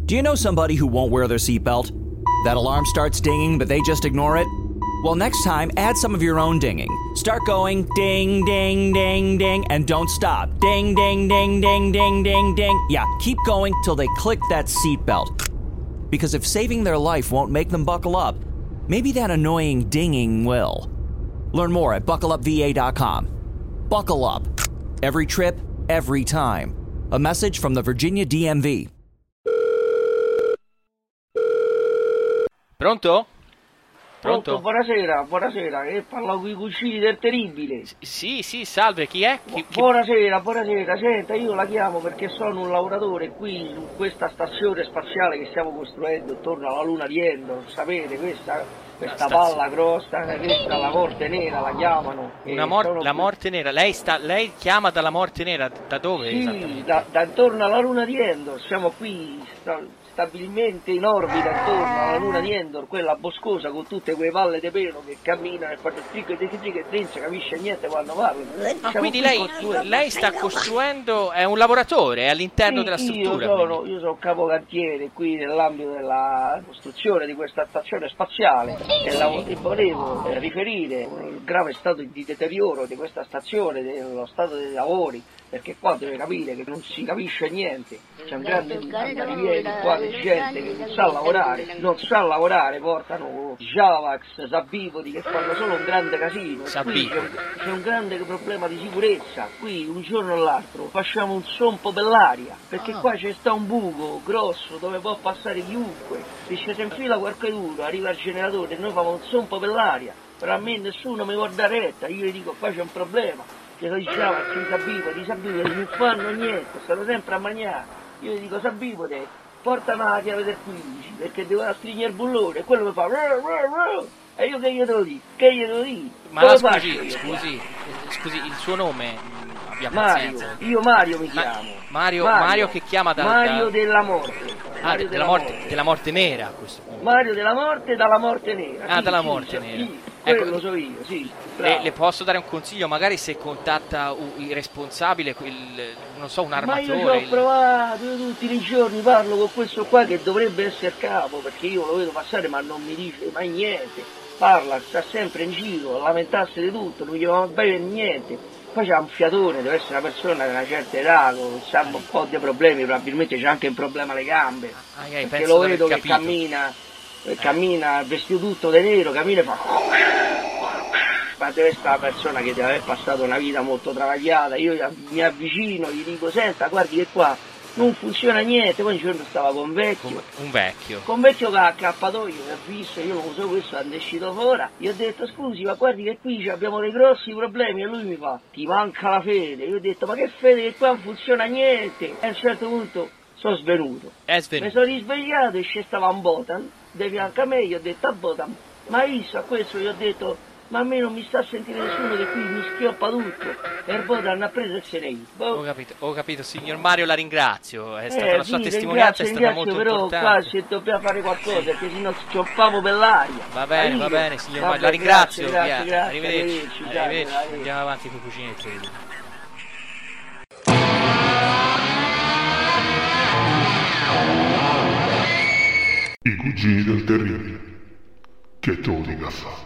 Do you know somebody who won't wear their seatbelt? That alarm starts dinging, but they just ignore it? Well, next time, add some of your own dinging. Start going ding, ding, ding, ding, and don't stop. Ding, ding, ding, ding, ding, ding, ding. Yeah, keep going till they click that seatbelt. Because if saving their life won't make them buckle up, maybe that annoying dinging will. Learn more at buckleupva.com. Buckle up. Every trip, every time. A message from the Virginia DMV. Pronto? Pronto? Buonasera, che parlo con i cugini del Terribile. Sì, salve, chi è? Buonasera, senta, io la chiamo perché sono un lavoratore qui su questa stazione spaziale che stiamo costruendo attorno alla Luna di Endor, sapete, questa palla grossa, questa la morte nera la chiamano. La morte nera, lei chiama dalla morte nera, da dove? Sì, da intorno alla Luna di Endor, siamo qui stabilimente in orbita attorno alla Luna di Endor, quella boscosa con tutte quelle palle di pelo che camminano e fanno trick e non si capisce niente quando parlano. Quindi lei sta costruendo, è un lavoratore, è all'interno della struttura? Io sono capocantiere qui nell'ambito della costruzione di questa stazione spaziale e volevo riferire il grave stato di deterioro di questa stazione, dello stato dei lavori, perché qua deve capire che non si capisce niente, c'è un grande arriviere qua di gente che non sa lavorare, portano Javax, Sabipodi che fanno solo un grande casino. Qui c'è un grande problema di sicurezza, qui un giorno o l'altro facciamo un sompo per l'aria, perché qua c'è sta un buco grosso dove può passare chiunque, se ci si infila qualcuno arriva il generatore e noi facciamo un sompo per l'aria, però a me nessuno mi guarda retta, io gli dico qua c'è un problema, che lo diceva di Sabipodi non fanno niente, stanno sempre a mangiare, io gli dico Sabipodi porta la chiave del 15 perché devo stringere il bullone e quello mi fa e io che gli devo dire? Ma scusi, il suo nome, abbia pazienza. Mario mi chiamo. Mario che chiama Mario della morte. Della morte nera a questo punto. Mario della morte dalla morte nera. Dalla morte nera. Sì, quello so io, sì. Le posso dare un consiglio? Magari se contatta il responsabile, non so, un armatore. Ma io ci ho provato, tutti i giorni parlo con questo qua che dovrebbe essere capo, perché io lo vedo passare ma non mi dice mai niente. Parla, sta sempre in giro, a lamentarsi di tutto, non gli va bene niente. Poi c'ha un fiatone, deve essere una persona di una certa età, con un po' di problemi, probabilmente c'è anche un problema alle gambe. Perché lo vedo che cammina vestito tutto di nero, cammina e fa... Ma deve essere una persona che deve aver passato una vita molto travagliata, io mi avvicino, gli dico, senta, guardi che qua non funziona niente, poi un giorno stava con un vecchio che ha accappatoio, che ha visto, io non uso questo, è uscito fuori, gli ho detto scusi ma guardi che qui abbiamo dei grossi problemi, e lui mi fa, ti manca la fede, io ho detto ma che fede che qua non funziona niente, e a un certo punto sono svenuto, mi sono risvegliato e ci stava un Botan, di fianco a me, gli ho detto a Botan, ma visto a questo gli ho detto ma a me non mi sta a sentire nessuno che qui mi schioppa tutto e il Botan ha preso e se ne Ho capito, signor Mario, la ringrazio, è stata la sua testimonianza, è stata molto però importante. Qua se dobbiamo fare qualcosa perché sennò schioppiamo per l'aria. Va bene, signor Mario, la ringrazio. Grazie, arrivederci. Andiamo avanti con i cuginetti. I cugini del terribile. Che te lo dica fa?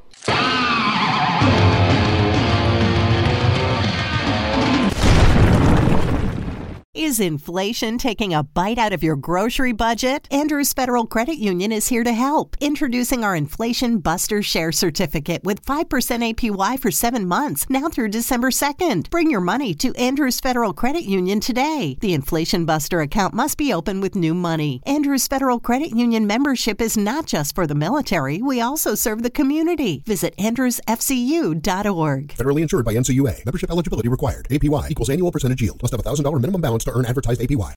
Is inflation taking a bite out of your grocery budget? Andrews Federal Credit Union is here to help. Introducing our Inflation Buster Share Certificate with 5% APY for 7 months, now through December 2nd. Bring your money to Andrews Federal Credit Union today. The Inflation Buster account must be open with new money. Andrews Federal Credit Union membership is not just for the military. We also serve the community. Visit andrewsfcu.org. Federally insured by NCUA. Membership eligibility required. APY equals annual percentage yield. Must have $1,000 minimum balance to earn advertised APY.